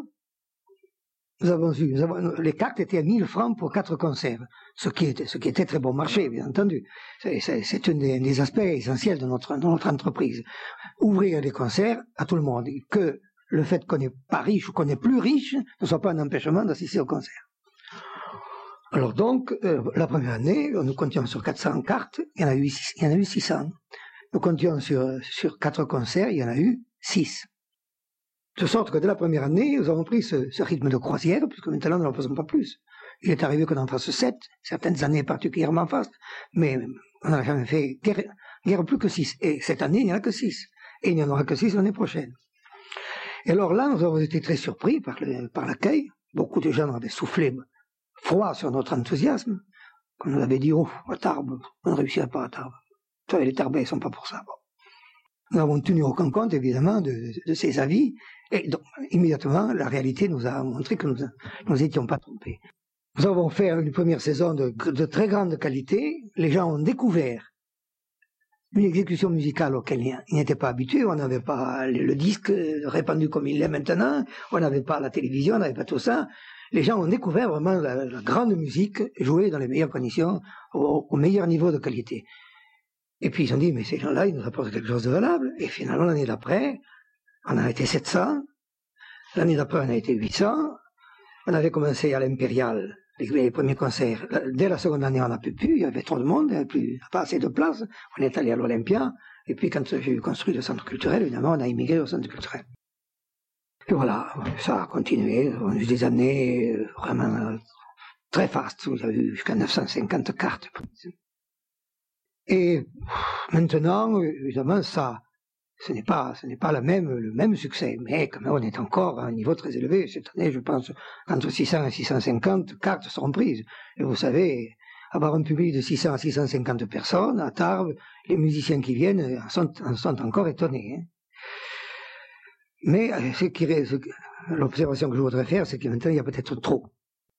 les cartes étaient à 1000 francs pour 4 concerts, ce qui était très bon marché, bien entendu. C'est un des aspects essentiels de notre entreprise. Ouvrir des concerts à tout le monde. Et que le fait qu'on n'est pas riche ou qu'on est plus riche ne soit pas un empêchement d'assister au concert. Alors donc, la première année, nous comptions sur 400 cartes, il y en a eu 600. Nous comptions sur 4 concerts, il y en a eu 6. De sorte que dès la première année, nous avons pris ce rythme de croisière, puisque maintenant nous n'en faisons pas plus. Il est arrivé qu'on en fasse 7, certaines années particulièrement fastes, mais on n'a jamais fait guère plus que 6. Et cette année, il n'y en a que 6. Et il n'y en aura que 6 l'année prochaine. Et alors là, nous avons été très surpris par l'accueil. Beaucoup de gens avaient soufflé froid sur notre enthousiasme. Quand on nous avait dit, oh, à Tarbes, on ne réussira pas à Tarbes. Les Tarbais ne sont pas pour ça. Bon. Nous avons tenu aucun compte, évidemment, de ces avis. Et donc, immédiatement, la réalité nous a montré que nous n'étions pas trompés. Nous avons fait une première saison de très grande qualité. Les gens ont découvert une exécution musicale auquel ils n'étaient pas habitués. On n'avait pas le disque répandu comme il l'est maintenant. On n'avait pas la télévision, on n'avait pas tout ça. Les gens ont découvert vraiment la grande musique jouée dans les meilleures conditions, au meilleur niveau de qualité. Et puis ils ont dit, mais ces gens-là, ils nous apportent quelque chose de valable. Et finalement, l'année d'après, on a été 700. L'année d'après, on a été 800. On avait commencé à l'Impérial, les premiers concerts. Dès la seconde année, on n'a plus pu. Il y avait trop de monde, il n'y avait pas assez de place. On est allé à l'Olympia. Et puis, quand j'ai construit le centre culturel, évidemment, on a immigré au centre culturel. Et voilà, ça a continué. On a eu des années vraiment très fastes. Il y a eu jusqu'à 950 cartes. Et maintenant, évidemment, ce n'est pas le même succès, mais quand même, on est encore à un niveau très élevé. Cette année, je pense, entre 600 et 650 cartes seront prises. Et vous savez, avoir un public de 600 à 650 personnes à Tarbes, les musiciens qui viennent en sont encore étonnés. Hein. Mais l'observation que je voudrais faire, c'est que maintenant, il y a peut-être trop.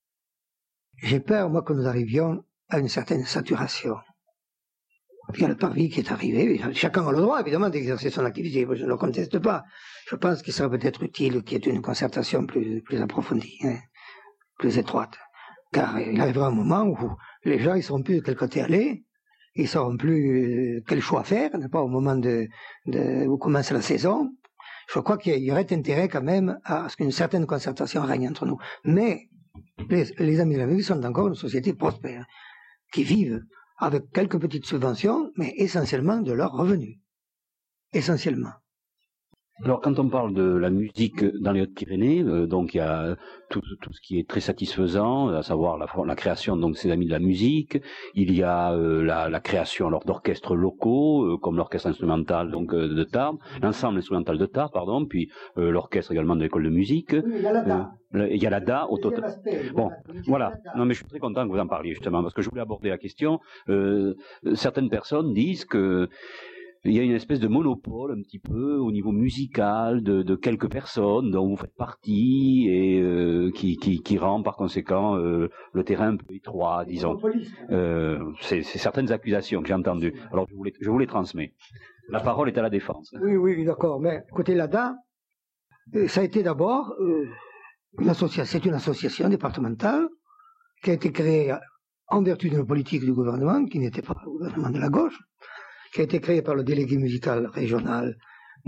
J'ai peur, moi, que nous arrivions à une certaine saturation. Il y a le parvis qui est arrivé. Chacun a le droit, évidemment, d'exercer son activité. Je ne le conteste pas. Je pense qu'il serait peut-être utile qu'il y ait une concertation plus approfondie, hein, plus étroite. Car il arrivera un moment où les gens, ils ne sauront plus de quel côté aller. Ils ne sauront plus quel choix faire, n'est pas au moment où commence la saison. Je crois qu'il y aurait intérêt quand même à ce qu'une certaine concertation règne entre nous. Mais les Amis de la musique sont encore une société prospère, qui vivent avec quelques petites subventions, mais essentiellement de leurs revenus. Essentiellement. Alors, quand on parle de la musique dans les Hautes-Pyrénées, donc il y a tout ce qui est très satisfaisant, à savoir la création donc de ces Amis de la musique. Il y a la création alors d'orchestres locaux, comme l'orchestre instrumental donc de Tarbes, l'ensemble instrumental de Tarbes, pardon, puis l'orchestre également de l'école de musique. Oui, il y a l'ADA. Il y a l'ADA au total. Bon, voilà. Non, mais je suis très content que vous en parliez justement, parce que je voulais aborder la question. Certaines personnes disent que il y a une espèce de monopole un petit peu au niveau musical de quelques personnes dont vous faites partie et qui rend par conséquent le terrain un peu étroit, disons. C'est certaines accusations que j'ai entendues. Alors je vous les transmets. La parole est à la défense. Oui, d'accord. Mais côté l'ADA, ça a été d'abord c'est une association départementale qui a été créée en vertu d'une politique du gouvernement qui n'était pas le gouvernement de la gauche, qui a été créé par le délégué musical régional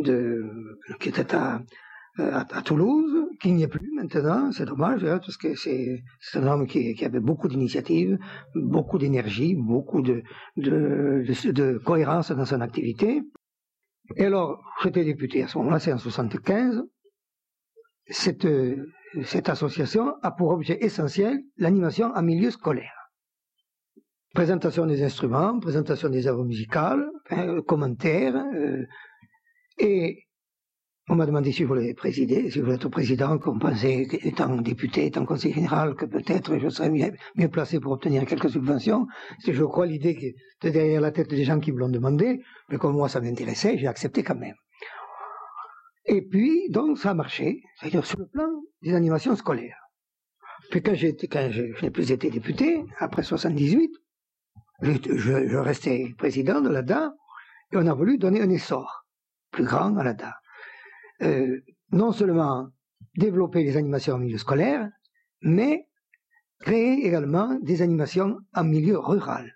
qui était à Toulouse, qui n'y est plus maintenant, c'est dommage, hein, parce que c'est un homme qui avait beaucoup d'initiatives, beaucoup d'énergie, beaucoup de cohérence dans son activité. Et alors, j'étais député à ce moment-là, c'est en 1975. Cette association a pour objet essentiel l'animation en milieu scolaire. Présentation des instruments, présentation des œuvres musicales, commentaires, et On m'a demandé si je voulais présider, si je voulais être président, qu'on pensait, étant député, étant conseiller général, que peut-être je serais mieux placé pour obtenir quelques subventions. C'est, je crois, l'idée qui était derrière la tête des gens qui me l'ont demandé, mais comme moi ça m'intéressait, j'ai accepté quand même. Et puis, donc, ça a marché, c'est-à-dire sur le plan des animations scolaires. Puis quand je n'ai plus été député, après 78, je restais président de l'ADA, et on a voulu donner un essor plus grand à l'ADA. Non seulement développer les animations en milieu scolaire, mais créer également des animations en milieu rural.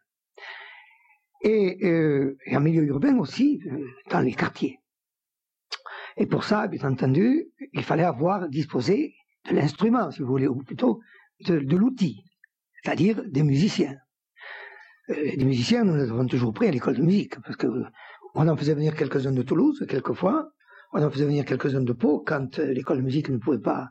Et en milieu urbain aussi, dans les quartiers. Et pour ça, bien entendu, il fallait disposer de l'instrument, si vous voulez, ou plutôt de l'outil, c'est-à-dire des musiciens. Des musiciens, nous les avons toujours pris à l'école de musique, parce qu'on en faisait venir quelques-uns de Toulouse, quelquefois, on en faisait venir quelques-uns de Pau, quand l'école de musique ne pouvait pas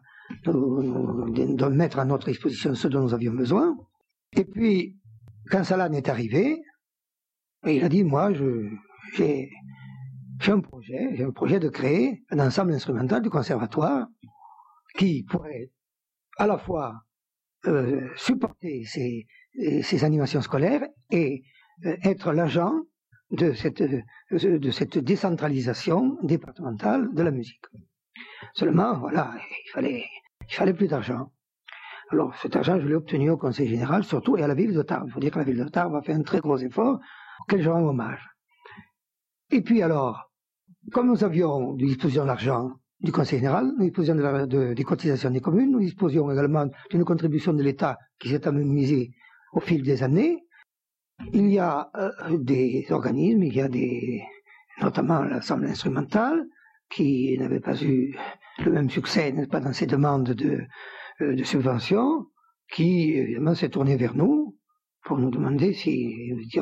nous mettre à notre disposition ce dont nous avions besoin. Et puis, quand Salan est arrivé, il a dit, moi, j'ai un projet de créer un ensemble instrumental du conservatoire qui pourrait à la fois supporter ces animations scolaires et être l'agent de cette décentralisation départementale de la musique. Seulement, voilà, il fallait plus d'argent. Alors, cet argent, je l'ai obtenu au Conseil général, surtout, et à la ville de Tarbes. Il faut dire que la ville de Tarbes a fait un très gros effort, auquel je rends hommage. Et puis alors, comme nous disposions de l'argent du Conseil général, nous disposions des cotisations des communes, nous disposions également d'une contribution de l'État qui s'est amenuisée au fil des années. Il y a des organismes, notamment l'Assemblée instrumentale, qui n'avait pas eu le même succès, n'est-ce pas, dans ses demandes de subventions, qui évidemment s'est tournée vers nous pour nous demander si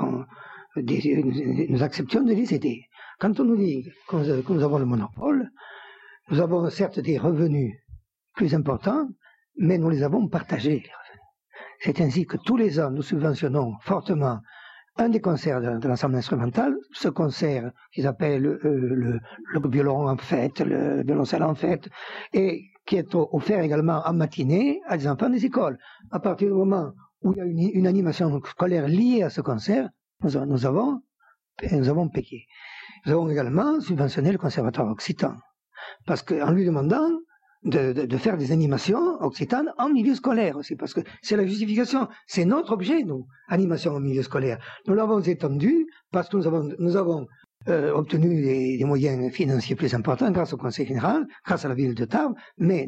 nous acceptions de les aider. Quand on nous dit que nous avons le monopole, nous avons certes des revenus plus importants, mais nous les avons partagés, les revenus. C'est ainsi que tous les ans, nous subventionnons fortement un des concerts de l'ensemble instrumental, ce concert qu'ils appellent le violon en fête, le violoncelle en fête, et qui est offert également en matinée à des enfants des écoles. À partir du moment où il y a une animation scolaire liée à ce concert, nous avons payé. Nous avons également subventionné le Conservatoire occitan, parce qu'en lui demandant de faire des animations occitanes en milieu scolaire aussi, parce que c'est la justification, c'est notre objet, nous, animation en milieu scolaire. Nous l'avons étendu parce que nous avons obtenu des moyens financiers plus importants grâce au Conseil général, grâce à la ville de Tarbes, mais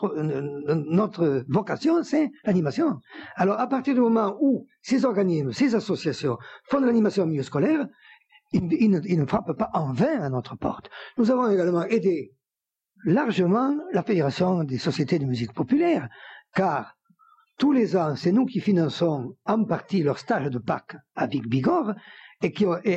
notre vocation, c'est l'animation. Alors, à partir du moment où ces organismes, ces associations font de l'animation en milieu scolaire, ils ne frappent pas en vain à notre porte. Nous avons également aidé largement la Fédération des sociétés de musique populaire, car tous les ans, c'est nous qui finançons en partie leur stage de Pâques à Vic-Bigorre et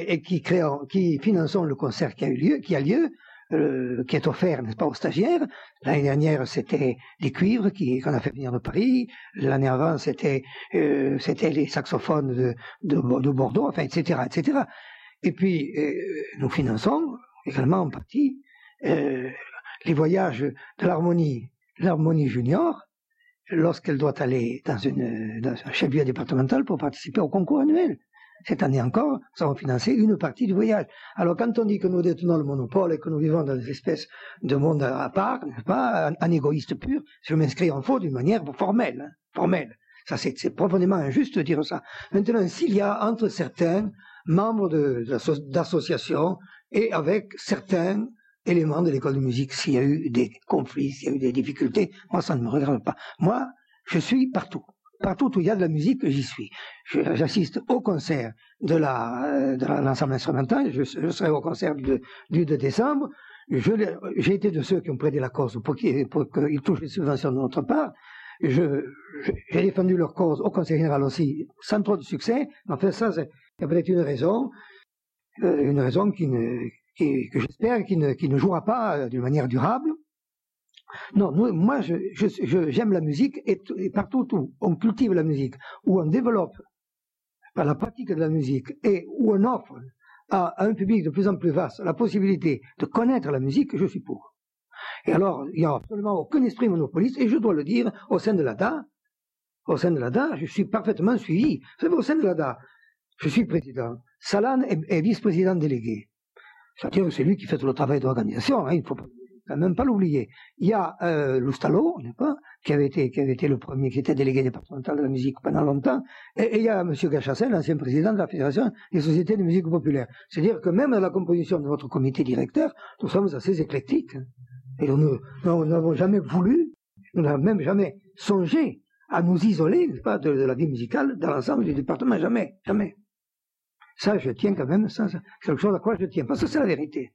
qui finançons le concert qui a lieu, qui est offert, n'est-ce pas, aux stagiaires. L'année dernière, c'était les cuivres qu'on a fait venir de Paris. L'année avant, c'était les saxophones de Bordeaux, enfin, etc., etc. Et puis, nous finançons également en partie les voyages de l'harmonie junior, lorsqu'elle doit aller dans un chef-lieu départemental pour participer au concours annuel. Cette année encore, nous avons financé une partie du voyage. Alors quand on dit que nous détenons le monopole et que nous vivons dans une espèce de monde à part, n'est-ce pas, un égoïste pur, je m'inscris en faux d'une manière formelle. Ça, c'est profondément injuste de dire ça. Maintenant, s'il y a entre certains membres d'associations et avec certains éléments de l'école de musique, s'il y a eu des conflits, s'il y a eu des difficultés, moi ça ne me regarde pas. Moi, je suis partout. Partout où il y a de la musique, j'y suis. J'assiste au concert de l'ensemble instrumental, je serai au concert du 2 décembre, j'ai été de ceux qui ont prêté la cause pour qu'ils touchent les subventions de notre part. J'ai défendu leur cause au Conseil général aussi, sans trop de succès. Enfin, ça, il y a peut-être une raison que j'espère qui ne jouera pas d'une manière durable. Non, moi, j'aime la musique et partout où on cultive la musique, où on développe la pratique de la musique et où on offre à un public de plus en plus vaste la possibilité de connaître la musique, je suis pour. Et alors, il n'y a absolument aucun esprit monopoliste, et je dois le dire, au sein de l'ADA, je suis parfaitement suivi. Vous savez, au sein de l'ADA, je suis président. Salan est vice-président délégué. C'est-à-dire que c'est lui qui fait tout le travail d'organisation, hein, il ne faut quand même pas l'oublier. Il y a Loustalo, n'est-ce pas, qui avait été le premier, qui était délégué départemental de la musique pendant longtemps, et il y a M. Gachassin, l'ancien président de la Fédération des sociétés de musique populaire. C'est-à-dire que même dans la composition de notre comité directeur, nous sommes assez éclectiques. Hein. Et nous n'avons jamais voulu, nous n'avons même jamais songé à nous isoler, n'est-ce pas, de la vie musicale dans l'ensemble du département, jamais, jamais. Ça, je tiens quand même, ça, c'est quelque chose à quoi je tiens, parce que c'est la vérité.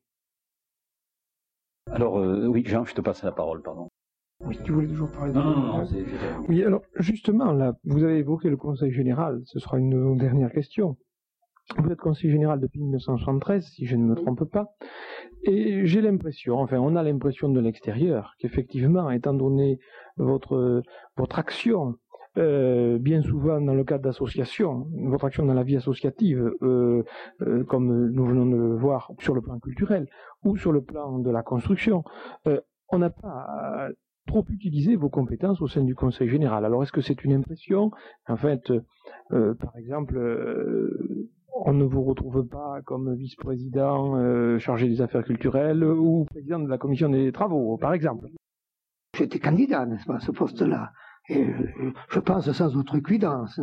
Alors, oui, Jean, je te passe la parole, pardon. Oui, tu voulais toujours parler de... Non, Oui, alors, justement, là, vous avez évoqué le Conseil général, ce sera une dernière question. Vous êtes conseiller général depuis 1973, si je ne me trompe pas, et j'ai l'impression, enfin, on a l'impression de l'extérieur, qu'effectivement, étant donné votre action, bien souvent dans le cadre d'associations, votre action dans la vie associative, comme nous venons de le voir sur le plan culturel ou sur le plan de la construction, on n'a pas trop utilisé vos compétences au sein du Conseil général. Alors est-ce que c'est une impression? En fait, par exemple, on ne vous retrouve pas comme vice-président chargé des affaires culturelles ou président de la commission des travaux, par exemple? J'étais candidat, n'est-ce pas, à ce poste-là. Et je pense sans outrecuidance,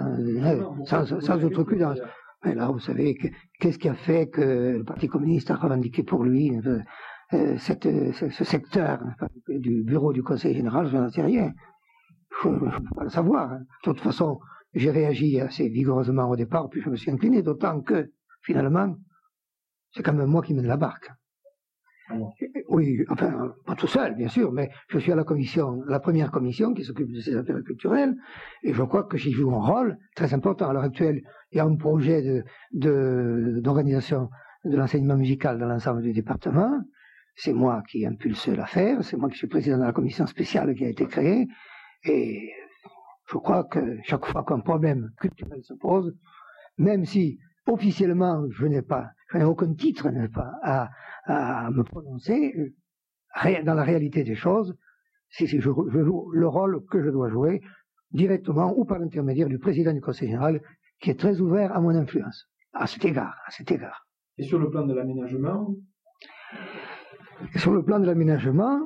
sans outrecuidance. Mais là, vous savez, qu'est-ce qui a fait que le Parti communiste a revendiqué pour lui ce secteur du bureau du Conseil général? Je n'en sais rien. Je ne peux pas le savoir. Hein. De toute façon, j'ai réagi assez vigoureusement au départ, puis je me suis incliné, d'autant que, finalement, c'est quand même moi qui mène la barque. Oui, enfin, pas tout seul, bien sûr, mais je suis à la première commission qui s'occupe de ces affaires culturelles, et je crois que j'y joue un rôle très important. À l'heure actuelle, il y a un projet d'organisation de l'enseignement musical dans l'ensemble du département. C'est moi qui impulse l'affaire, c'est moi qui suis président de la commission spéciale qui a été créée, et je crois que chaque fois qu'un problème culturel se pose, même si officiellement je n'ai aucun titre, n'est-ce pas, à me prononcer, dans la réalité des choses, je joue le rôle que je dois jouer directement ou par l'intermédiaire du président du Conseil général, qui est très ouvert à mon influence, à cet égard. Et sur le plan de l'aménagement? Sur le plan de l'aménagement,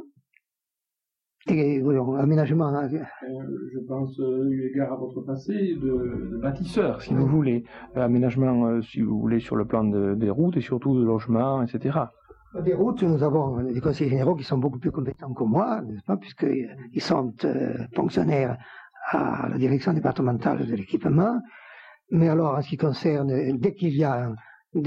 aménagement. Je pense, eu égard à votre passé, de bâtisseur, si vous voulez. Aménagement, si vous voulez, sur le plan des routes et surtout de logements, etc. Des routes, nous avons des conseillers généraux qui sont beaucoup plus compétents que moi, n'est-ce pas, puisqu'ils sont fonctionnaires à la direction départementale de l'équipement. Mais alors, en ce qui concerne, dès qu'il y a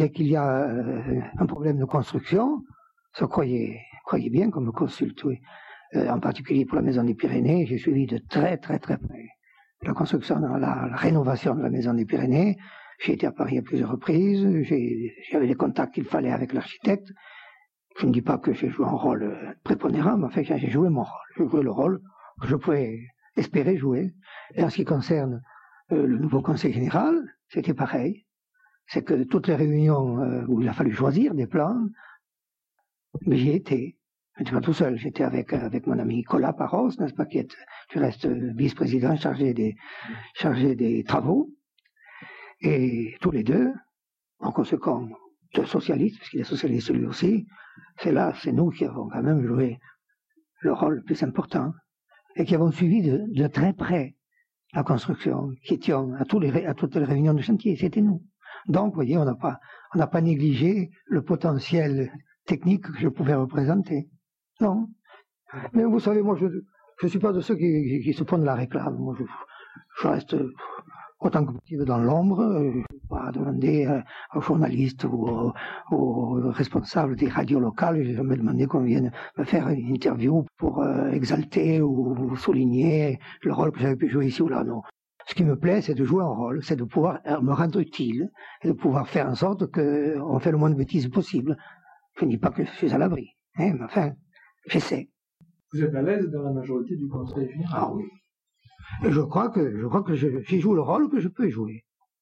un problème de construction, ça croyez bien qu'on me consulte, oui. En particulier pour la Maison des Pyrénées, j'ai suivi de très très très près la construction, la rénovation de la Maison des Pyrénées. J'ai été à Paris à plusieurs reprises, j'avais les contacts qu'il fallait avec l'architecte. Je ne dis pas que j'ai joué un rôle prépondérant, mais enfin j'ai joué mon rôle. J'ai joué le rôle que je pouvais espérer jouer. Et en ce qui concerne le nouveau conseil général, c'était pareil. C'est que toutes les réunions où il a fallu choisir des plans, mais j'y étais. Je n'étais pas tout seul, j'étais avec mon ami Nicolas Parros, n'est-ce pas, qui est du reste vice-président chargé des travaux. Et tous les deux, en conséquence, deux socialistes, puisqu'il est socialiste lui aussi, c'est nous qui avons quand même joué le rôle le plus important et qui avons suivi de très près la construction, qui étions à toutes les réunions de chantier, c'était nous. Donc, vous voyez, on n'a pas négligé le potentiel technique que je pouvais représenter. Non. Mais vous savez, moi, je ne suis pas de ceux qui se prennent la réclame. Moi, je reste autant que possible dans l'ombre. Je ne vais pas demander aux journalistes ou aux responsables des radios locales. Je vais jamais demander qu'on vienne me faire une interview pour exalter ou souligner le rôle que j'avais pu jouer ici ou là. Non. Ce qui me plaît, c'est de jouer un rôle, c'est de pouvoir me rendre utile et de pouvoir faire en sorte qu'on fait le moins de bêtises possible. Je ne dis pas que je suis à l'abri, hein, mais enfin, j'essaie. Vous êtes à l'aise dans la majorité du Conseil général? Ah oui. Et je crois que j'y joue le rôle que je peux jouer.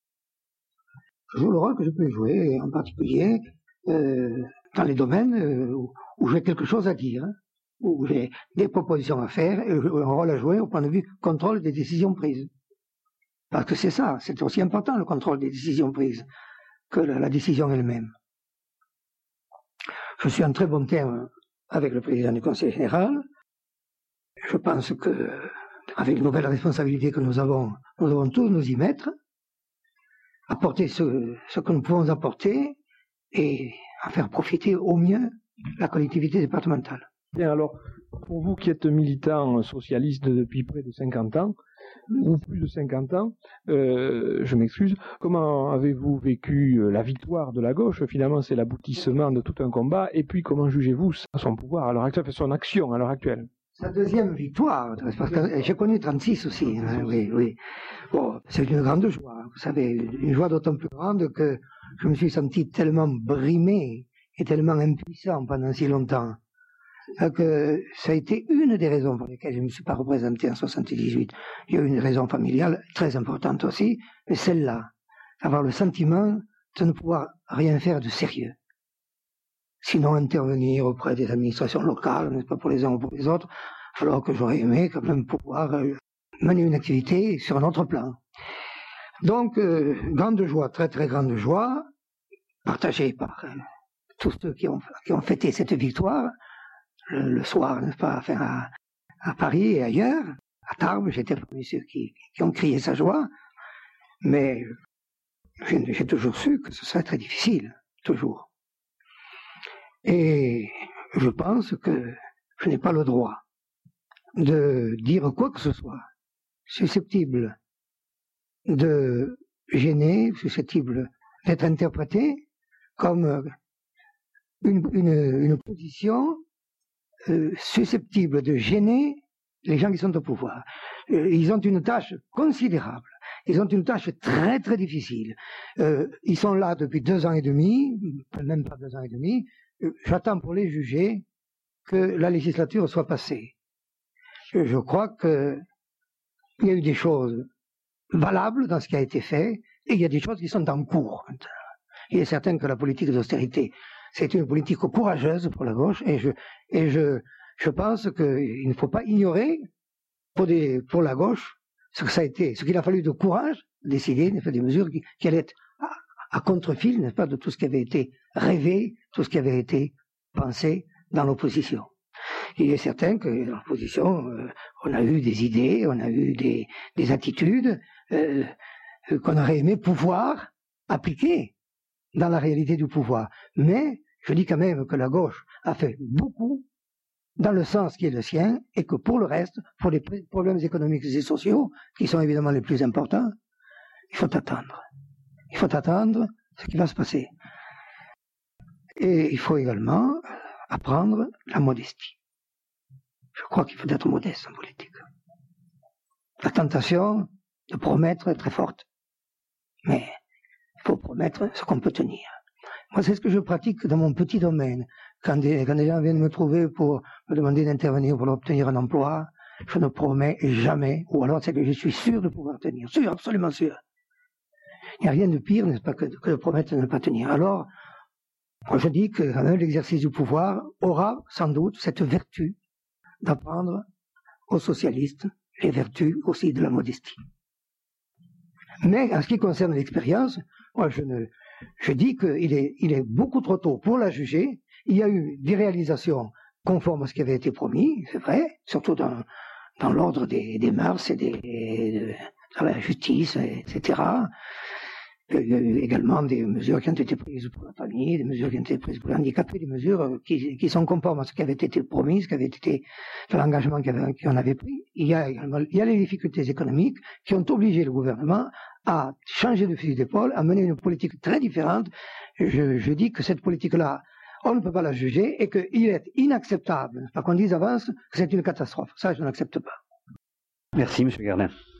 Je joue le rôle que je peux jouer, et en particulier dans les domaines où j'ai quelque chose à dire. où j'ai des propositions à faire et un rôle à jouer au point de vue contrôle des décisions prises. Parce que c'est ça, c'est aussi important le contrôle des décisions prises que la décision elle-même. Je suis en très bon terme avec le président du Conseil général. Je pense que, avec les nouvelles responsabilités que nous devons tous nous y mettre, apporter ce que nous pouvons apporter et à faire profiter au mieux la collectivité départementale. Bien, alors, pour vous qui êtes militant socialiste depuis près de 50 ans, ou plus de 50 ans, je m'excuse, comment avez-vous vécu la victoire de la gauche? Finalement, c'est l'aboutissement de tout un combat, et puis comment jugez-vous son pouvoir à l'heure actuelle, son action à l'heure actuelle? Sa deuxième victoire, parce que j'ai connu 36 aussi, hein, oui. Bon, c'est une grande joie, vous savez, une joie d'autant plus grande que je me suis senti tellement brimé et tellement impuissant pendant si longtemps, que ça a été une des raisons pour lesquelles je ne me suis pas représenté en 78. Il y a eu une raison familiale très importante aussi, mais celle-là, avoir le sentiment de ne pouvoir rien faire de sérieux. Sinon intervenir auprès des administrations locales, n'est-ce pas, pour les uns ou pour les autres, alors que j'aurais aimé quand même pouvoir mener une activité sur un autre plan. Donc, grande joie, très très grande joie, partagée par tous ceux qui ont fêté cette victoire, le soir, n'est-ce pas, enfin, à Paris et ailleurs, à Tarbes, j'étais parmi ceux qui ont crié sa joie, mais j'ai toujours su que ce serait très difficile, toujours. Et je pense que je n'ai pas le droit de dire quoi que ce soit susceptible de gêner, susceptible d'être interprété comme une position susceptible de gêner les gens qui sont au pouvoir. Ils ont une tâche considérable. Ils ont une tâche très très difficile. Ils sont là depuis 2 ans et demi, même pas 2 ans et demi. J'attends pour les juger que la législature soit passée. Je crois qu'il y a eu des choses valables dans ce qui a été fait, et il y a des choses qui sont en cours. Il est certain que la politique d'austérité, c'est une politique courageuse pour la gauche, et je pense qu'il ne faut pas ignorer pour la gauche ce que ça a été, ce qu'il a fallu de courage, décider des mesures qui allaient être à contre-fil, n'est-ce pas, de tout ce qui avait été rêvé, tout ce qui avait été pensé dans l'opposition. Il est certain que dans l'opposition, on a eu des idées, on a eu des attitudes qu'on aurait aimé pouvoir appliquer dans la réalité du pouvoir. Mais je dis quand même que la gauche a fait beaucoup dans le sens qui est le sien, et que pour le reste, pour les problèmes économiques et sociaux, qui sont évidemment les plus importants, il faut attendre. Il faut attendre ce qui va se passer. Et il faut également apprendre la modestie. Je crois qu'il faut être modeste en politique. La tentation de promettre est très forte, mais il faut promettre ce qu'on peut tenir. Moi, c'est ce que je pratique dans mon petit domaine. Quand des gens viennent me trouver pour me demander d'intervenir pour obtenir un emploi, je ne promets jamais, ou alors c'est que je suis sûr de pouvoir tenir. Sûr, absolument sûr. Il n'y a rien de pire, n'est-ce pas, que de promettre de ne pas tenir. Alors, moi je dis que l'exercice du pouvoir aura sans doute cette vertu d'apprendre aux socialistes les vertus aussi de la modestie. Mais en ce qui concerne l'expérience, moi je dis qu'il est beaucoup trop tôt pour la juger. Il y a eu des réalisations conformes à ce qui avait été promis, c'est vrai, surtout dans l'ordre des mœurs et de la justice, etc. Il y a eu également des mesures qui ont été prises pour la famille, des mesures qui ont été prises pour les handicapés, des mesures qui sont conformes à ce qui avait été promis, ce qui avait été l'engagement qu'on avait pris. Il y a les difficultés économiques qui ont obligé le gouvernement à changer de fusil d'épaule, à mener une politique très différente. Je dis que cette politique-là, on ne peut pas la juger et qu'il est inacceptable, pas qu'on dise avance, que c'est une catastrophe. Ça, je n'accepte pas. Merci, M. Gardin.